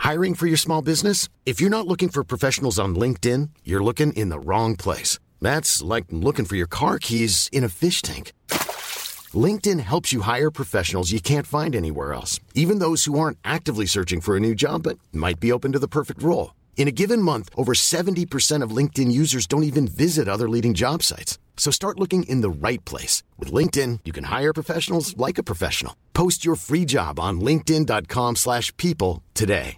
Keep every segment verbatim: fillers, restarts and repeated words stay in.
Hiring for your small business? If you're not looking for professionals on LinkedIn, you're looking in the wrong place. That's like looking for your car keys in a fish tank. LinkedIn helps you hire professionals you can't find anywhere else, even those who aren't actively searching for a new job but might be open to the perfect role. In a given month, over seventy percent of LinkedIn users don't even visit other leading job sites. So start looking in the right place. With LinkedIn, you can hire professionals like a professional. Post your free job on linkedin.com slash people today.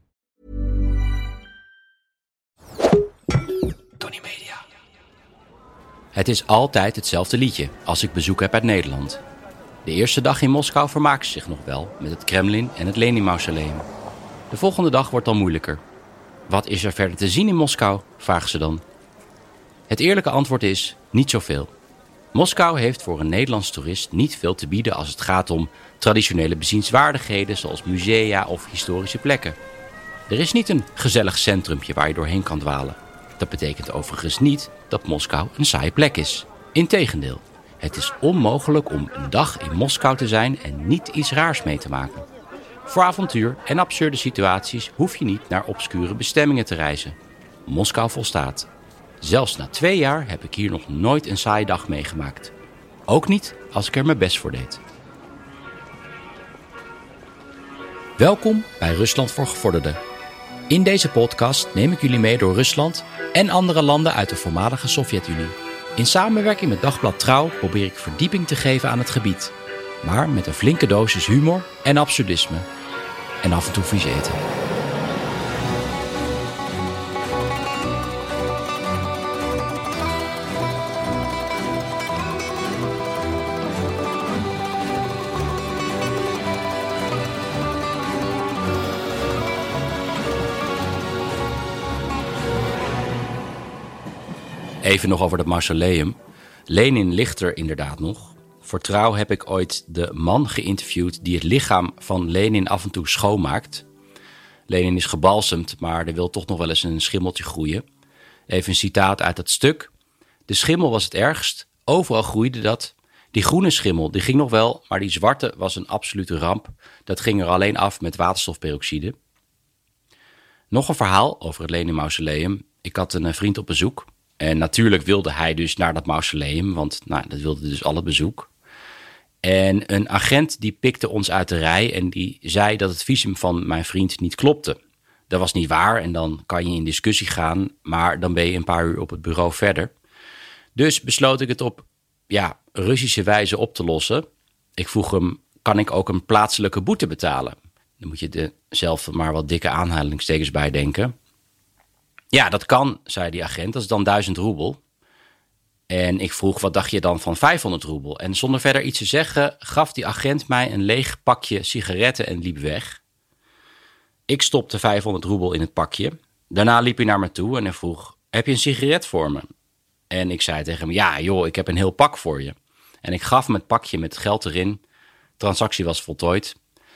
Tony Media. Het is altijd hetzelfde liedje als ik bezoek heb uit Nederland. De eerste dag in Moskou vermaken ze zich nog wel met het Kremlin en het Lenin-mausoleum. De volgende dag wordt dan moeilijker. Wat is er verder te zien in Moskou, vragen ze dan. Het eerlijke antwoord is niet zoveel. Moskou heeft voor een Nederlands toerist niet veel te bieden als het gaat om traditionele bezienswaardigheden zoals musea of historische plekken. Er is niet een gezellig centrumpje waar je doorheen kan dwalen. Dat betekent overigens niet dat Moskou een saaie plek is. Integendeel, het is onmogelijk om een dag in Moskou te zijn en niet iets raars mee te maken. Voor avontuur en absurde situaties hoef je niet naar obscure bestemmingen te reizen. Moskou volstaat. Zelfs na twee jaar heb ik hier nog nooit een saaie dag meegemaakt. Ook niet als ik er mijn best voor deed. Welkom bij Rusland voor Gevorderden. In deze podcast neem ik jullie mee door Rusland en andere landen uit de voormalige Sovjet-Unie. In samenwerking met Dagblad Trouw probeer ik verdieping te geven aan het gebied. Maar met een flinke dosis humor en absurdisme. En af en toe vies eten. Even nog over dat mausoleum. Lenin ligt er inderdaad nog. Voor Trouw heb ik ooit de man geïnterviewd die het lichaam van Lenin af en toe schoonmaakt. Lenin is gebalsemd, maar er wil toch nog wel eens een schimmeltje groeien. Even een citaat uit dat stuk. De schimmel was het ergst. Overal groeide dat. Die groene schimmel, die ging nog wel, maar die zwarte was een absolute ramp. Dat ging er alleen af met waterstofperoxide. Nog een verhaal over het Lenin-mausoleum. Ik had een vriend op bezoek. En natuurlijk wilde hij dus naar dat mausoleum, want nou, dat wilde dus al het bezoek. En een agent die pikte ons uit de rij en die zei dat het visum van mijn vriend niet klopte. Dat was niet waar en dan kan je in discussie gaan, maar dan ben je een paar uur op het bureau verder. Dus besloot ik het op ja, Russische wijze op te lossen. Ik vroeg hem, kan ik ook een plaatselijke boete betalen? Dan moet je er zelf maar wat dikke aanhalingstekens bij denken. Ja, dat kan, zei die agent. Dat is dan duizend roebel. En ik vroeg, wat dacht je dan van vijfhonderd roebel? En zonder verder iets te zeggen, gaf die agent mij een leeg pakje sigaretten en liep weg. Ik stopte vijfhonderd roebel in het pakje. Daarna liep hij naar me toe en hij vroeg, heb je een sigaret voor me? En ik zei tegen hem, ja joh, ik heb een heel pak voor je. En ik gaf hem het pakje met geld erin. De transactie was voltooid.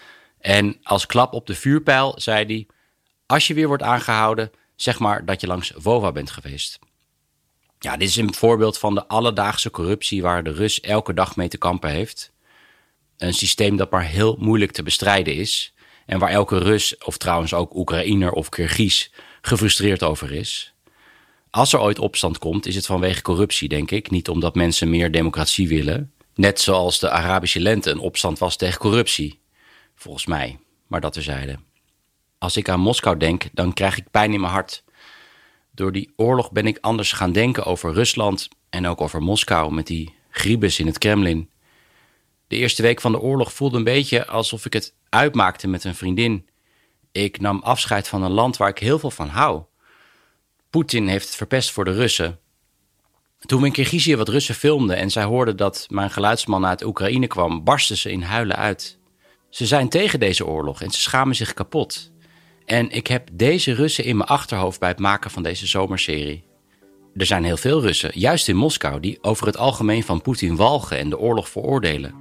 En als klap op de vuurpijl zei hij, als je weer wordt aangehouden, zeg maar dat je langs Vova bent geweest. Ja, dit is een voorbeeld van de alledaagse corruptie waar de Rus elke dag mee te kampen heeft. Een systeem dat maar heel moeilijk te bestrijden is. En waar elke Rus, of trouwens ook Oekraïner of Kirgiz, gefrustreerd over is. Als er ooit opstand komt, is het vanwege corruptie, denk ik. Niet omdat mensen meer democratie willen. Net zoals de Arabische lente een opstand was tegen corruptie. Volgens mij, maar dat terzijde. Als ik aan Moskou denk, dan krijg ik pijn in mijn hart. Door die oorlog ben ik anders gaan denken over Rusland en ook over Moskou met die griebes in het Kremlin. De eerste week van de oorlog voelde een beetje alsof ik het uitmaakte met een vriendin. Ik nam afscheid van een land waar ik heel veel van hou. Poetin heeft het verpest voor de Russen. Toen we in Kirgizië wat Russen filmden en zij hoorden dat mijn geluidsman uit Oekraïne kwam, barsten ze in huilen uit. Ze zijn tegen deze oorlog en ze schamen zich kapot. En ik heb deze Russen in mijn achterhoofd bij het maken van deze zomerserie. Er zijn heel veel Russen, juist in Moskou, die over het algemeen van Poetin walgen en de oorlog veroordelen.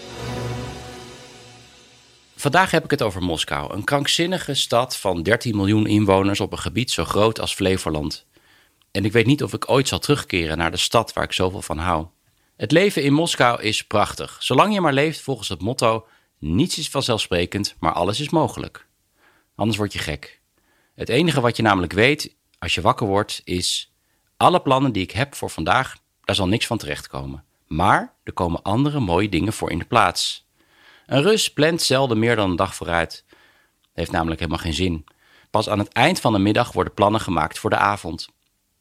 Vandaag heb ik het over Moskou, een krankzinnige stad van dertien miljoen inwoners op een gebied zo groot als Flevoland. En ik weet niet of ik ooit zal terugkeren naar de stad waar ik zoveel van hou. Het leven in Moskou is prachtig, zolang je maar leeft volgens het motto: niets is vanzelfsprekend, maar alles is mogelijk. Anders word je gek. Het enige wat je namelijk weet als je wakker wordt is... alle plannen die ik heb voor vandaag, daar zal niks van terechtkomen. Maar er komen andere mooie dingen voor in de plaats. Een Rus plant zelden meer dan een dag vooruit. Heeft namelijk helemaal geen zin. Pas aan het eind van de middag worden plannen gemaakt voor de avond.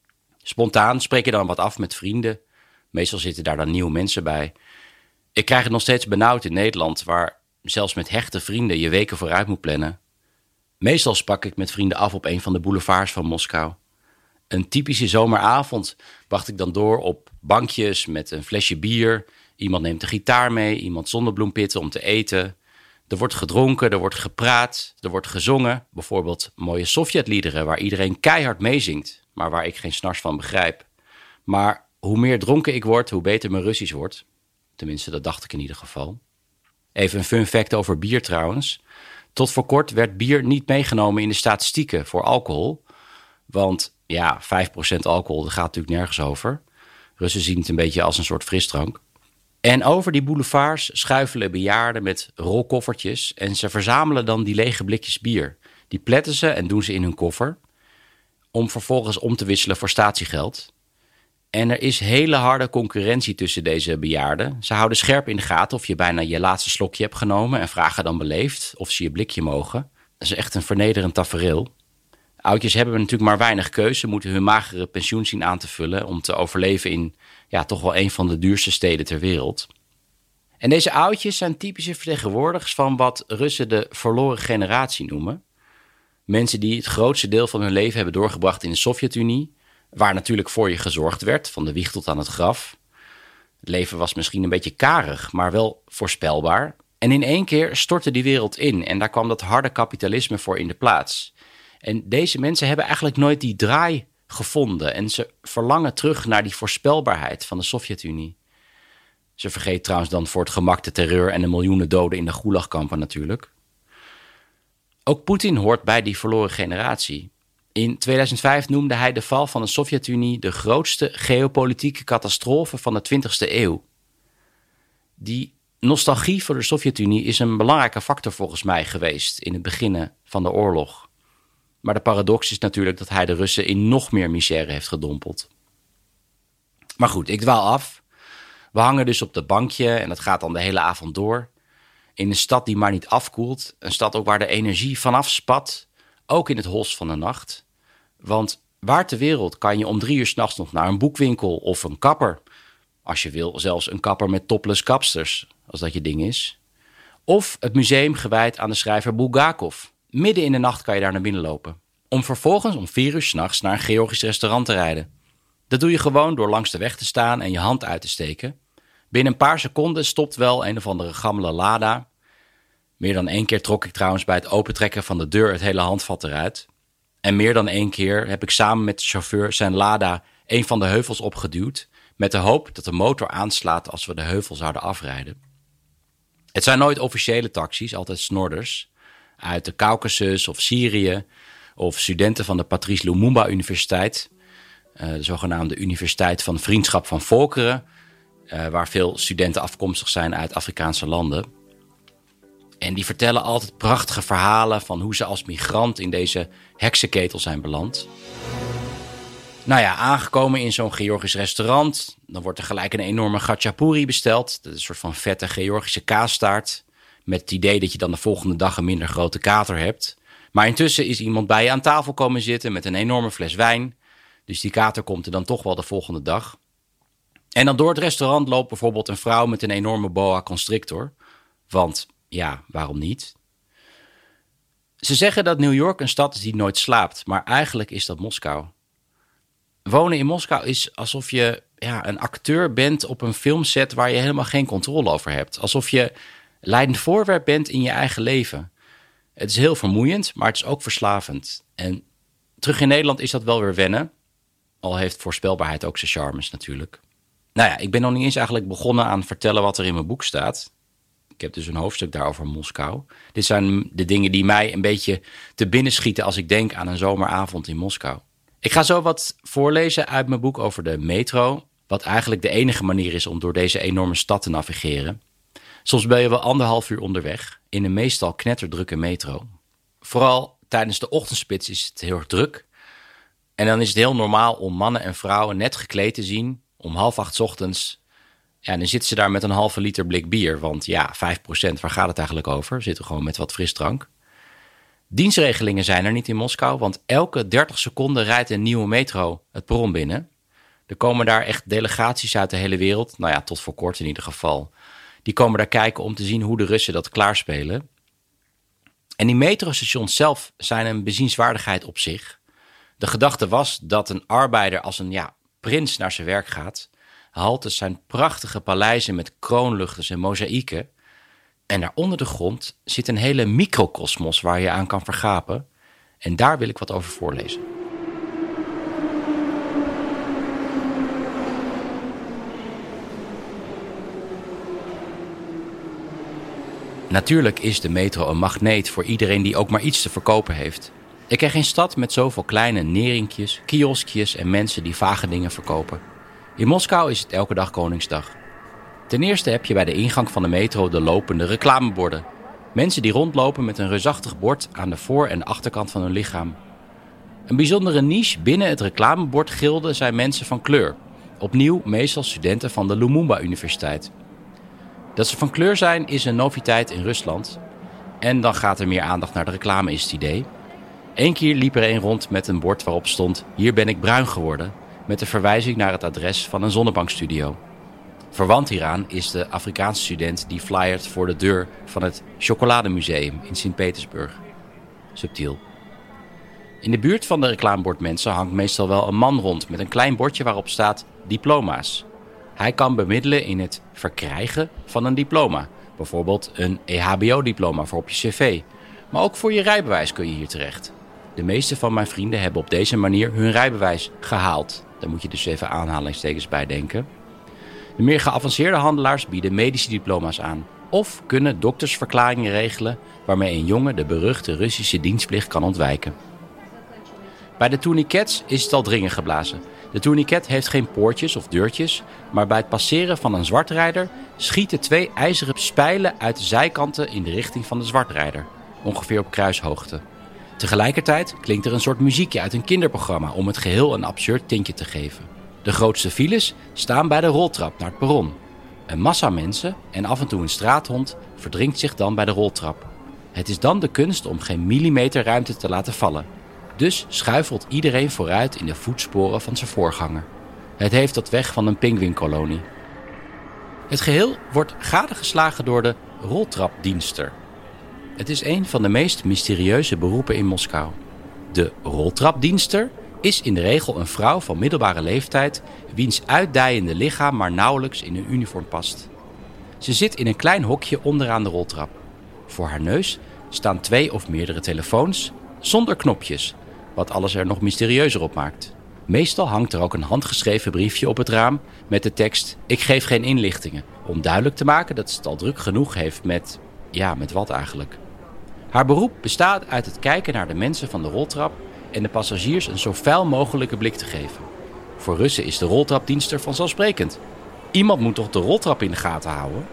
Spontaan spreek je dan wat af met vrienden. Meestal zitten daar dan nieuwe mensen bij. Ik krijg het nog steeds benauwd in Nederland, waar zelfs met hechte vrienden je weken vooruit moet plannen. Meestal sprak ik met vrienden af op een van de boulevards van Moskou. Een typische zomeravond bracht ik dan door op bankjes met een flesje bier. Iemand neemt de gitaar mee, iemand zonnebloempitten om te eten. Er wordt gedronken, er wordt gepraat, er wordt gezongen. Bijvoorbeeld mooie Sovjetliederen waar iedereen keihard meezingt, maar waar ik geen snars van begrijp. Maar hoe meer dronken ik word, hoe beter mijn Russisch wordt. Tenminste, dat dacht ik in ieder geval. Even een fun fact over bier trouwens. Tot voor kort werd bier niet meegenomen in de statistieken voor alcohol. Want ja, vijf procent alcohol, dat gaat natuurlijk nergens over. Russen zien het een beetje als een soort frisdrank. En over die boulevards schuifelen bejaarden met rolkoffertjes en ze verzamelen dan die lege blikjes bier. Die pletten ze en doen ze in hun koffer om vervolgens om te wisselen voor statiegeld. En er is hele harde concurrentie tussen deze bejaarden. Ze houden scherp in de gaten of je bijna je laatste slokje hebt genomen en vragen dan beleefd of ze je blikje mogen. Dat is echt een vernederend tafereel. Oudjes hebben natuurlijk maar weinig keuze, moeten hun magere pensioen zien aan te vullen om te overleven in ja, toch wel een van de duurste steden ter wereld. En deze oudjes zijn typische vertegenwoordigers van wat Russen de verloren generatie noemen. Mensen die het grootste deel van hun leven hebben doorgebracht in de Sovjet-Unie, waar natuurlijk voor je gezorgd werd, van de wieg tot aan het graf. Het leven was misschien een beetje karig, maar wel voorspelbaar. En in één keer stortte die wereld in en daar kwam dat harde kapitalisme voor in de plaats. En deze mensen hebben eigenlijk nooit die draai gevonden en ze verlangen terug naar die voorspelbaarheid van de Sovjet-Unie. Ze vergeet trouwens dan voor het gemak de terreur en de miljoenen doden in de gulagkampen natuurlijk. Ook Poetin hoort bij die verloren generatie. In tweeduizend vijf noemde hij de val van de Sovjet-Unie de grootste geopolitieke catastrofe van de twintigste eeuw. Die nostalgie voor de Sovjet-Unie is een belangrijke factor volgens mij geweest in het begin van de oorlog. Maar de paradox is natuurlijk dat hij de Russen in nog meer misère heeft gedompeld. Maar goed, ik dwaal af. We hangen dus op dat bankje en dat gaat dan de hele avond door. In een stad die maar niet afkoelt. Een stad ook waar de energie vanaf spat. Ook in het hols van de nacht. Want waar ter wereld kan je om drie uur 's nachts nog naar een boekwinkel of een kapper? Als je wil, zelfs een kapper met topless kapsters, als dat je ding is. Of het museum gewijd aan de schrijver Bulgakov. Midden in de nacht kan je daar naar binnen lopen. Om vervolgens om vier uur 's nachts naar een Georgisch restaurant te rijden. Dat doe je gewoon door langs de weg te staan en je hand uit te steken. Binnen een paar seconden stopt wel een of andere gammele Lada. Meer dan één keer trok ik trouwens bij het opentrekken van de deur het hele handvat eruit. En meer dan één keer heb ik samen met de chauffeur zijn Lada een van de heuvels opgeduwd, met de hoop dat de motor aanslaat als we de heuvel zouden afrijden. Het zijn nooit officiële taxis, altijd snorders. Uit de Caucasus of Syrië, of studenten van de Patrice Lumumba Universiteit, de zogenaamde Universiteit van Vriendschap van Volkeren, waar veel studenten afkomstig zijn uit Afrikaanse landen. En die vertellen altijd prachtige verhalen van hoe ze als migrant in deze heksenketel zijn beland. Nou ja, aangekomen in zo'n Georgisch restaurant, dan wordt er gelijk een enorme khachapuri besteld. Dat is een soort van vette Georgische kaastaart. Met het idee dat je dan de volgende dag een minder grote kater hebt. Maar intussen is iemand bij je aan tafel komen zitten met een enorme fles wijn. Dus die kater komt er dan toch wel de volgende dag. En dan door het restaurant loopt bijvoorbeeld een vrouw met een enorme boa constrictor. Want ja, waarom niet? Ze zeggen dat New York een stad is die nooit slaapt. Maar eigenlijk is dat Moskou. Wonen in Moskou is alsof je ja, een acteur bent op een filmset waar je helemaal geen controle over hebt. Alsof je leidend voorwerp bent in je eigen leven. Het is heel vermoeiend, maar het is ook verslavend. En terug in Nederland is dat wel weer wennen. Al heeft voorspelbaarheid ook zijn charmes natuurlijk. Nou ja, ik ben nog niet eens eigenlijk begonnen aan vertellen wat er in mijn boek staat. Ik heb dus een hoofdstuk daarover Moskou. Dit zijn de dingen die mij een beetje te binnen schieten als ik denk aan een zomeravond in Moskou. Ik ga zo wat voorlezen uit mijn boek over de metro. Wat eigenlijk de enige manier is om door deze enorme stad te navigeren. Soms ben je wel anderhalf uur onderweg in een meestal knetterdrukke metro. Vooral tijdens de ochtendspits is het heel erg druk. En dan is het heel normaal om mannen en vrouwen net gekleed te zien om half acht 's ochtends. Ja, en dan zitten ze daar met een halve liter blik bier. Want ja, vijf procent, waar gaat het eigenlijk over? Zitten gewoon met wat frisdrank. Dienstregelingen zijn er niet in Moskou, want elke dertig seconden rijdt een nieuwe metro het perron binnen. Er komen daar echt delegaties uit de hele wereld, nou ja, tot voor kort in ieder geval. Die komen daar kijken om te zien hoe de Russen dat klaarspelen. En die metrostations zelf zijn een bezienswaardigheid op zich. De gedachte was dat een arbeider als een ja, prins naar zijn werk gaat. Haltes zijn prachtige paleizen met kroonluchters en mozaïeken. En daar onder de grond zit een hele microcosmos waar je aan kan vergapen. En daar wil ik wat over voorlezen. Natuurlijk is de metro een magneet voor iedereen die ook maar iets te verkopen heeft. Ik ken geen stad met zoveel kleine nerinkjes, kioskjes en mensen die vage dingen verkopen. In Moskou is het elke dag Koningsdag. Ten eerste heb je bij de ingang van de metro de lopende reclameborden. Mensen die rondlopen met een reusachtig bord aan de voor- en achterkant van hun lichaam. Een bijzondere niche binnen het reclamebordgilde zijn mensen van kleur. Opnieuw meestal studenten van de Lumumba Universiteit. Dat ze van kleur zijn is een noviteit in Rusland. En dan gaat er meer aandacht naar de reclame, is het idee. Eén keer liep er een rond met een bord waarop stond: hier ben ik bruin geworden, met de verwijzing naar het adres van een zonnebankstudio. Verwant hieraan is de Afrikaanse student die flyert voor de deur van het Chocolademuseum in Sint-Petersburg. Subtiel. In de buurt van de reclamebordmensen hangt meestal wel een man rond met een klein bordje waarop staat diploma's. Hij kan bemiddelen in het verkrijgen van een diploma. Bijvoorbeeld een E H B O-diploma voor op je cv. Maar ook voor je rijbewijs kun je hier terecht. De meeste van mijn vrienden hebben op deze manier hun rijbewijs gehaald. Daar moet je dus even aanhalingstekens bij denken. De meer geavanceerde handelaars bieden medische diploma's aan. Of kunnen doktersverklaringen regelen waarmee een jongen de beruchte Russische dienstplicht kan ontwijken. Bij de tourniquets is het al dringend geblazen. De tourniquet heeft geen poortjes of deurtjes, maar bij het passeren van een zwartrijder schieten twee ijzeren spijlen uit de zijkanten in de richting van de zwartrijder, ongeveer op kruishoogte. Tegelijkertijd klinkt er een soort muziekje uit een kinderprogramma om het geheel een absurd tintje te geven. De grootste files staan bij de roltrap naar het perron. Een massa mensen en af en toe een straathond verdringt zich dan bij de roltrap. Het is dan de kunst om geen millimeter ruimte te laten vallen. Dus schuifelt iedereen vooruit in de voetsporen van zijn voorganger. Het heeft dat weg van een pinguïnkolonie. Het geheel wordt gadegeslagen door de roltrapdienster. Het is een van de meest mysterieuze beroepen in Moskou. De roltrapdienster is in de regel een vrouw van middelbare leeftijd wiens uitdijende lichaam maar nauwelijks in een uniform past. Ze zit in een klein hokje onderaan de roltrap. Voor haar neus staan twee of meerdere telefoons zonder knopjes, wat alles er nog mysterieuzer op maakt. Meestal hangt er ook een handgeschreven briefje op het raam met de tekst: ik geef geen inlichtingen, om duidelijk te maken dat ze het al druk genoeg heeft met, ja, met wat eigenlijk. Haar beroep bestaat uit het kijken naar de mensen van de roltrap en de passagiers een zo vuil mogelijke blik te geven. Voor Russen is de roltrapdienster vanzelfsprekend. Iemand moet toch de roltrap in de gaten houden?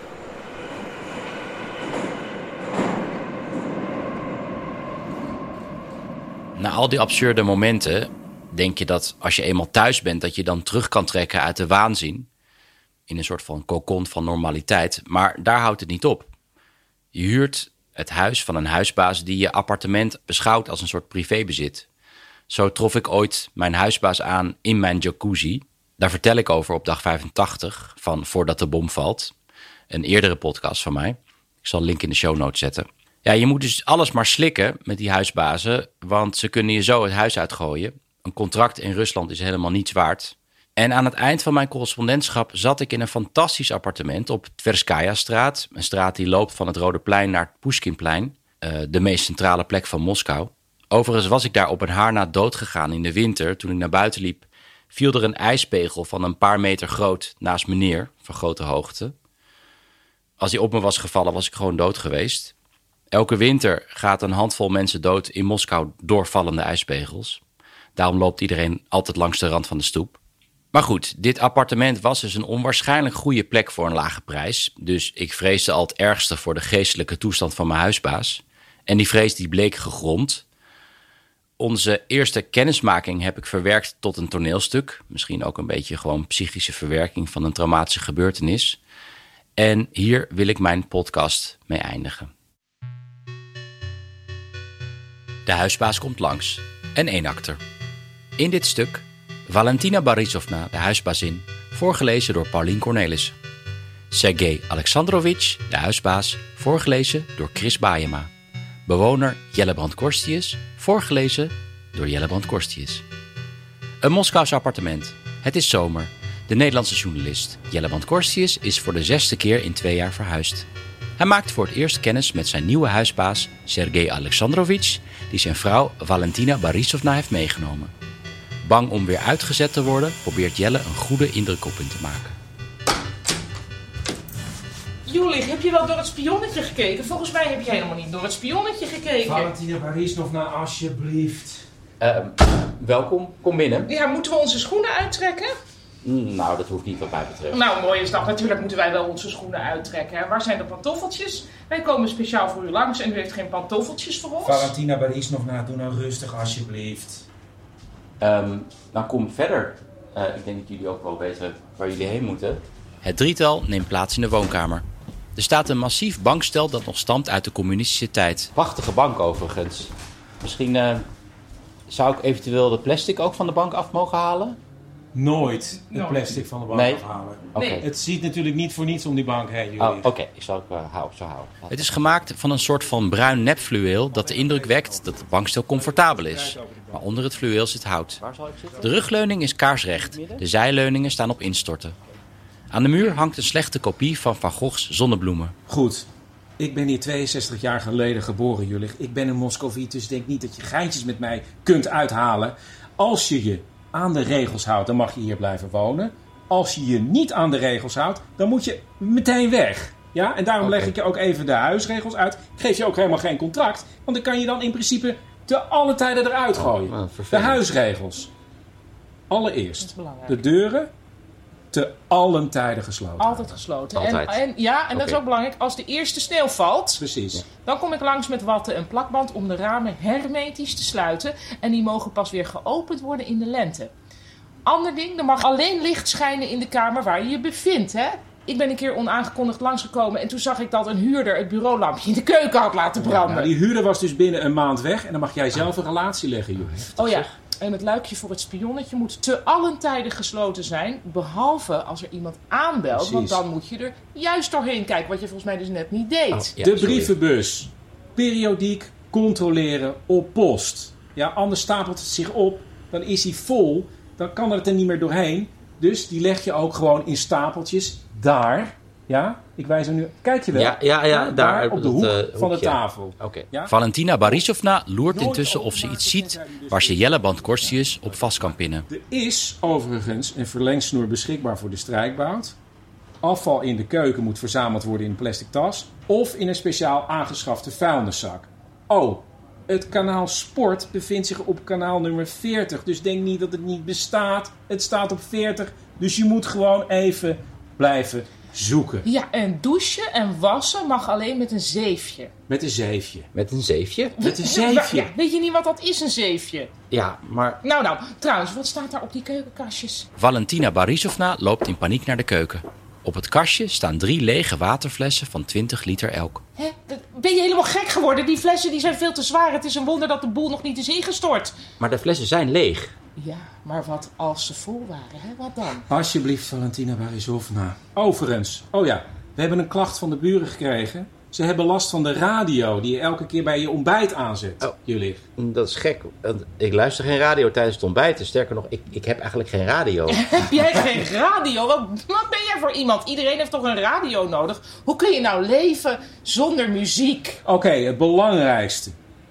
Na al die absurde momenten denk je dat als je eenmaal thuis bent, dat je dan terug kan trekken uit de waanzin. In een soort van cocon van normaliteit. Maar daar houdt het niet op. Je huurt het huis van een huisbaas die je appartement beschouwt als een soort privébezit. Zo trof ik ooit mijn huisbaas aan in mijn jacuzzi. Daar vertel ik over op dag vijfentachtig van Voordat de bom valt. Een eerdere podcast van mij. Ik zal een link in de show notes zetten. Ja, je moet dus alles maar slikken met die huisbazen, want ze kunnen je zo het huis uitgooien. Een contract in Rusland is helemaal niets waard. En aan het eind van mijn correspondentschap zat ik in een fantastisch appartement op Tverskaya-straat. Een straat die loopt van het Rode Plein naar het Pushkinplein, uh, de meest centrale plek van Moskou. Overigens was ik daar op een haar na dood gegaan in de winter. Toen ik naar buiten liep, viel er een ijspegel van een paar meter groot naast me neer, van grote hoogte. Als die op me was gevallen, was ik gewoon dood geweest. Elke winter gaat een handvol mensen dood in Moskou door vallende ijspegels. Daarom loopt iedereen altijd langs de rand van de stoep. Maar goed, dit appartement was dus een onwaarschijnlijk goede plek voor een lage prijs. Dus ik vreesde al het ergste voor de geestelijke toestand van mijn huisbaas. En die vrees die bleek gegrond. Onze eerste kennismaking heb ik verwerkt tot een toneelstuk. Misschien ook een beetje gewoon psychische verwerking van een traumatische gebeurtenis. En hier wil ik mijn podcast mee eindigen. De huisbaas komt langs. Een eenakter. In dit stuk Valentina Barisovna, de huisbazin, voorgelezen door Paulien Cornelis. Sergej Alexandrovich, de huisbaas, voorgelezen door Chris Bajema. Bewoner Jellebrand Korstius, voorgelezen door Jellebrand Korstius. Een Moskous appartement. Het is zomer. De Nederlandse journalist Jellebrand Korstius is voor de zesde keer in twee jaar verhuisd. Hij maakt voor het eerst kennis met zijn nieuwe huisbaas Sergej Alexandrovich, die zijn vrouw Valentina Barisovna heeft meegenomen. Bang om weer uitgezet te worden, probeert Jelle een goede indruk op hem te maken. Julich, heb je wel door het spionnetje gekeken? Volgens mij heb je helemaal niet door het spionnetje gekeken. Valentina Barisovna, alsjeblieft. Uh, welkom, kom binnen. Ja, moeten we onze schoenen uittrekken? Mm, nou, dat hoeft niet wat mij betreft. Nou, mooi is dat. Natuurlijk moeten wij wel onze schoenen uittrekken. Hè? Waar zijn de pantoffeltjes? Wij komen speciaal voor u langs en u heeft geen pantoffeltjes voor ons. Valentina Barisovna, doe nou rustig alsjeblieft. Um, nou, kom verder. Uh, ik denk dat jullie ook wel weten waar jullie heen moeten. Het drietal neemt plaats in de woonkamer. Er staat een massief bankstel dat nog stamt uit de communistische tijd. Prachtige bank overigens. Misschien uh, zou ik eventueel de plastic ook van de bank af mogen halen? Nooit het No. plastic van de bank Nee. afhalen. Oké. Nee. Het ziet natuurlijk niet voor niets om die bank heen, jullie. Oh, Oké, okay. ik zal het uh, houden, zo houden. Het is gemaakt van een soort van bruin nepfluweel dat de indruk wekt dat het bankstel comfortabel is. Maar onder het fluweel zit hout. De rugleuning is kaarsrecht. De zijleuningen staan op instorten. Aan de muur hangt een slechte kopie van Van Goghs Zonnebloemen. Goed. Ik ben hier tweeënzestig jaar geleden geboren, jullie. Ik ben een Moscoviet, dus denk niet dat je geintjes met mij kunt uithalen. Als je je aan de regels houdt, dan mag je hier blijven wonen. Als je je niet aan de regels houdt, dan moet je meteen weg. Ja? En daarom Oké. leg ik je ook even de huisregels uit. Ik geef je ook helemaal geen contract. Want dan kan je dan in principe te alle tijden eruit gooien. Oh, de vervelend. huisregels. Dat Allereerst, is belangrijk. de deuren te allen tijden gesloten. Altijd gesloten. Altijd. En, en, ja, en dat is Oké. ook belangrijk. Als de eerste sneeuw valt, Precies. dan kom ik langs met watten en plakband om de ramen hermetisch te sluiten. En die mogen pas weer geopend worden in de lente. Ander ding, er mag alleen licht schijnen in de kamer waar je je bevindt. Hè? Ik ben een keer onaangekondigd langsgekomen en toen zag ik dat een huurder het bureaulampje in de keuken had laten branden. Nou, die huurder was dus binnen een maand weg en dan mag jij zelf een relatie leggen, joh. Oh ja, en het luikje voor het spionnetje moet te allen tijden gesloten zijn. Behalve als er iemand aanbelt, Precies. want dan moet je er juist doorheen kijken. Wat je volgens mij dus net niet deed. Oh, ja, de sorry. brievenbus. Periodiek controleren op post. Ja, anders stapelt het zich op. Dan is hij vol. Dan kan het er niet meer doorheen. Dus die leg je ook gewoon in stapeltjes. Daar. Ja, ik wijs hem nu. Kijk je wel? Ja, ja, ja, daar, op de dat, hoek uh, van de hoekje. tafel. Oké. Ja? Valentina Barisovna loert Nooit intussen of ze iets openmaken, ziet tenzij die dus waar ze weer- Jellebrand Korstius op vast kan pinnen. Er is overigens een verlengsnoer beschikbaar voor de strijkbout. Afval in de keuken moet verzameld worden in een plastic tas. Of in een speciaal aangeschafte vuilniszak. Oh, het kanaal Sport bevindt zich op kanaal nummer veertig. Dus denk niet dat het niet bestaat. Het staat op veertig. Dus je moet gewoon even blijven zoeken. Ja, en douchen en wassen mag alleen met een zeefje. Met een zeefje. Met een zeefje? Met een zeefje. Ja, weet je niet wat dat is, een zeefje? Ja, maar Nou, nou, trouwens, wat staat daar op die keukenkastjes? Valentina Barisovna loopt in paniek naar de keuken. Op het kastje staan drie lege waterflessen van twintig liter elk. Hè? Ben je helemaal gek geworden? Die flessen die zijn veel te zwaar. Het is een wonder dat de boel nog niet is ingestort. Maar de flessen zijn leeg. Ja, maar wat als ze vol waren, hè? Wat dan? Alsjeblieft, Valentina Barisovna. Overigens, oh ja, we hebben een klacht van de buren gekregen. Ze hebben last van de radio die je elke keer bij je ontbijt aanzet. Oh. Jullie. Dat is gek. Ik luister geen radio tijdens het ontbijten. Sterker nog, ik, ik heb eigenlijk geen radio. Heb jij geen radio? Wat, wat ben jij voor iemand? Iedereen heeft toch een radio nodig? Hoe kun je nou leven zonder muziek? Oké, het belangrijkste.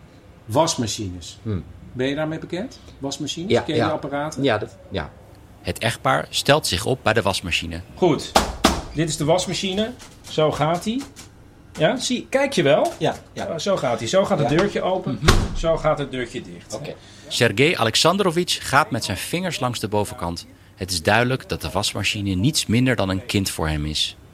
Wasmachines. Hmm. Ben je daarmee bekend? Wasmachines? Ja, Ken je ja. die apparaten? Ja, dat, ja. Het echtpaar stelt zich op bij de wasmachine. Goed. Dit is de wasmachine. Zo gaat die. Ja, zie, kijk je wel? Ja, ja. Uh, Zo gaat hij. Zo gaat het Ja. deurtje open. Zo gaat het deurtje dicht. Oké. Sergej Alexandrovich gaat met zijn vingers langs de bovenkant. Het is duidelijk dat de wasmachine niets minder dan een kind voor hem is.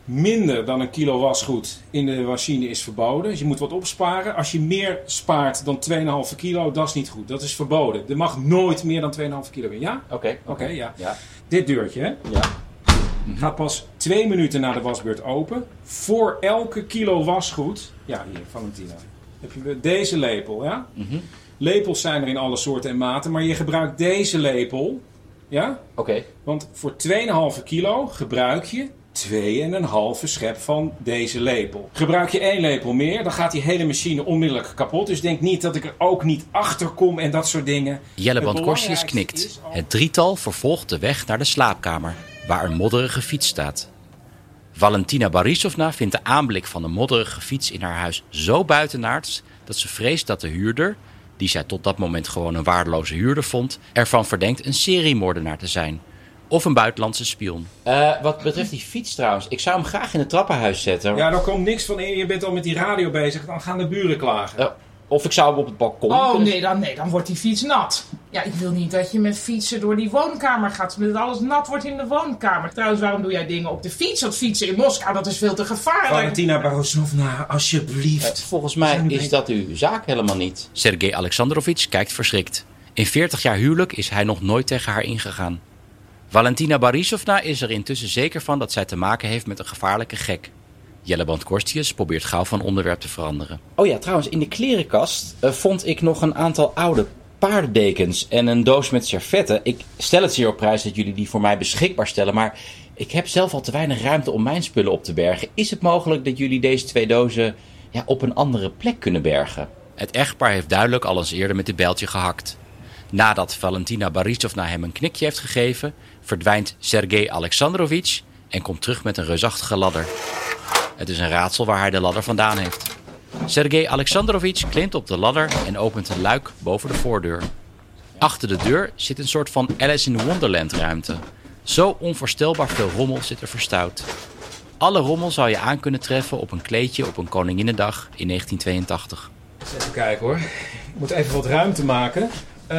minder dan een kilo wasgoed in de machine is verboden. Dus je moet wat opsparen. Als je meer spaart dan twee komma vijf kilo, dat is niet goed. Dat is verboden. Er mag nooit meer dan twee komma vijf kilo in. Ja? Oké. Okay, Oké, okay, ja. ja. Dit deurtje, hè? Ja. Gaat pas twee minuten na de wasbeurt open. Voor elke kilo wasgoed. Ja, hier, Valentina. Heb je deze lepel, ja? Mm-hmm. Lepels zijn er in alle soorten en maten. Maar je gebruikt deze lepel. Ja? Oké. Okay. Want voor twee komma vijf kilo gebruik je twee komma vijf schep van deze lepel. Gebruik je één lepel meer, dan gaat die hele machine onmiddellijk kapot. Dus denk niet dat ik er ook niet achter kom en dat soort dingen. Jelleband Korstius knikt. Al... Het drietal vervolgt de weg naar de slaapkamer, waar een modderige fiets staat. Valentina Borisovna vindt de aanblik van de modderige fiets in haar huis zo buitenaards dat ze vreest dat de huurder, die zij tot dat moment gewoon een waardeloze huurder vond, ervan verdenkt een seriemoordenaar te zijn. Of een buitenlandse spion. Uh, wat betreft die fiets trouwens, ik zou hem graag in het trappenhuis zetten. Ja, daar komt niks van in. Je bent al met die radio bezig, dan gaan de buren klagen. Uh, of ik zou hem op het balkon... Oh nee dan, nee, dan wordt die fiets nat. Ja, ik wil niet dat je met fietsen door die woonkamer gaat. Dat alles nat wordt in de woonkamer. Trouwens, waarom doe jij dingen op de fiets? Want fietsen in Moskou, dat is veel te gevaarlijk. Valentina Borisovna, alsjeblieft. Uh, volgens mij is dat uw zaak helemaal niet. Sergei Alexandrovich kijkt verschrikt. In veertig jaar huwelijk is hij nog nooit tegen haar ingegaan. Valentina Borisovna is er intussen zeker van dat zij te maken heeft met een gevaarlijke gek. Jelleband Korstius probeert gauw van onderwerp te veranderen. Oh ja, trouwens, in de klerenkast uh, vond ik nog een aantal oude paardendekens en een doos met servetten. Ik stel het zeer op prijs dat jullie die voor mij beschikbaar stellen, maar ik heb zelf al te weinig ruimte om mijn spullen op te bergen. Is het mogelijk dat jullie deze twee dozen ja, op een andere plek kunnen bergen? Het echtpaar heeft duidelijk al eens eerder met dit bijltje gehakt. Nadat Valentina Borisovna hem een knikje heeft gegeven, verdwijnt Sergei Alexandrovich en komt terug met een reusachtige ladder. Het is een raadsel waar hij de ladder vandaan heeft. Sergei Alexandrovich klimt op de ladder en opent een luik boven de voordeur. Achter de deur zit een soort van Alice in Wonderland ruimte. Zo onvoorstelbaar veel rommel zit er verstouwd. Alle rommel zou je aan kunnen treffen op een kleedje op een Koninginnedag in negentien tweeëntachtig. Even kijken hoor. Ik moet even wat ruimte maken.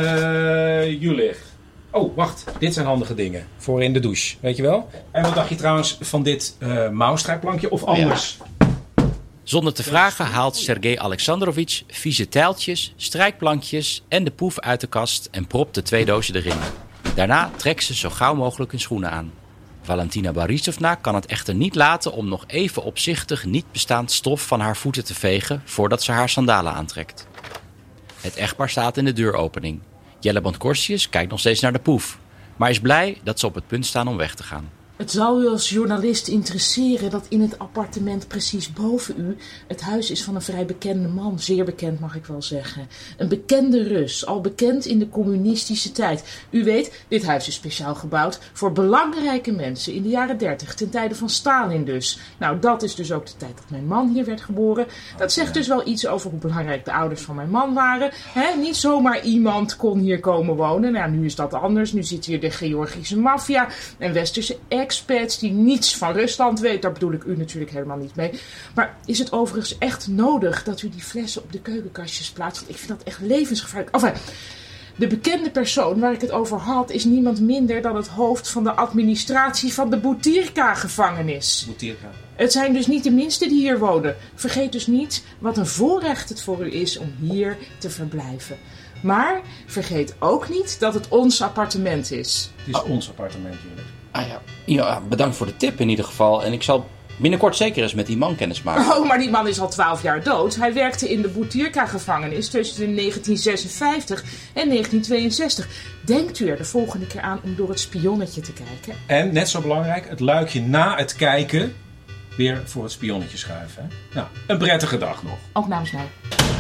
Uh, Julich. Oh, wacht. Dit zijn handige dingen. Voor in de douche. Weet je wel? En wat dacht je trouwens van dit uh, mouwstrijkplankje of anders? Ja. Zonder te vragen haalt Sergei Alexandrovich vieze tijltjes, strijkplankjes en de poef uit de kast en propt de twee dozen erin. Daarna trekt ze zo gauw mogelijk hun schoenen aan. Valentina Borisovna kan het echter niet laten om nog even opzichtig niet bestaand stof van haar voeten te vegen voordat ze haar sandalen aantrekt. Het echtpaar staat in de deuropening. Jelleband Korstius kijkt nog steeds naar de poef, maar is blij dat ze op het punt staan om weg te gaan. Het zou u als journalist interesseren dat in het appartement precies boven u het huis is van een vrij bekende man. Zeer bekend mag ik wel zeggen. Een bekende Rus, al bekend in de communistische tijd. U weet, dit huis is speciaal gebouwd voor belangrijke mensen in de jaren dertig, ten tijde van Stalin dus. Nou, dat is dus ook de tijd dat mijn man hier werd geboren. Dat zegt dus wel iets over hoe belangrijk de ouders van mijn man waren. He, niet zomaar iemand kon hier komen wonen. Nou, nu is dat anders. Nu zit hier de Georgische maffia en westerse experts die niets van Rusland weet. Daar bedoel ik u natuurlijk helemaal niet mee. Maar is het overigens echt nodig dat u die flessen op de keukenkastjes plaatst? Want ik vind dat echt levensgevaarlijk. Enfin, de bekende persoon waar ik het over had is niemand minder dan het hoofd van de administratie van de Butyrka-gevangenis. Butyrka. Het zijn dus niet de minsten die hier wonen. Vergeet dus niet wat een voorrecht het voor u is om hier te verblijven. Maar vergeet ook niet dat het ons appartement is. Het is oh. ons appartement, jullie. Ah ja. ja, bedankt voor de tip in ieder geval. En ik zal binnenkort zeker eens met die man kennis maken. Oh, maar die man is al twaalf jaar dood. Hij werkte in de Butyrka-gevangenis tussen negentien zesenvijftig en negentien tweeënzestig. Denkt u er de volgende keer aan om door het spionnetje te kijken? En, net zo belangrijk, het luikje na het kijken weer voor het spionnetje schuiven. Hè? Nou, een prettige dag nog. Ook namens mij.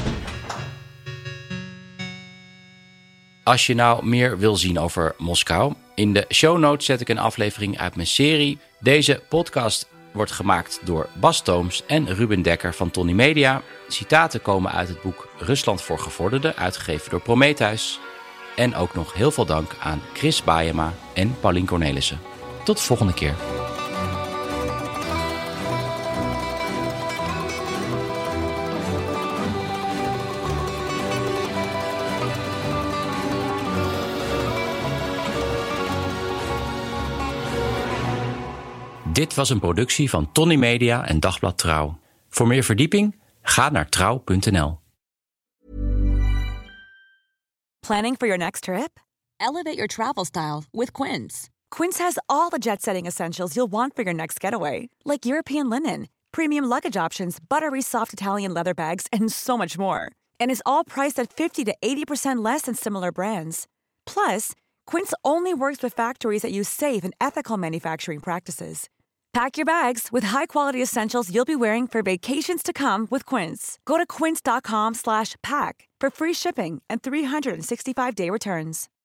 Als je nou meer wil zien over Moskou, in de show notes zet ik een aflevering uit mijn serie. Deze podcast wordt gemaakt door Bas Tooms en Ruben Dekker van Tony Media. Citaten komen uit het boek Rusland voor Gevorderden, uitgegeven door Prometheus. En ook nog heel veel dank aan Chris Bajema en Paulien Cornelissen. Tot de volgende keer. Dit was een productie van Tony Media en Dagblad Trouw. Voor meer verdieping, ga naar trouw punt n l. Planning for your next trip? Elevate your travel style with Quince. Quince has all the jet-setting essentials you'll want for your next getaway, like European linen, premium luggage options, buttery soft Italian leather bags, and so much more. And is all priced at fifty to eighty percent less than similar brands. Plus, Quince only works with factories that use safe and ethical manufacturing practices. Pack your bags with high-quality essentials you'll be wearing for vacations to come with Quince. Go to quince dot com slash pack for free shipping and three sixty-five day returns.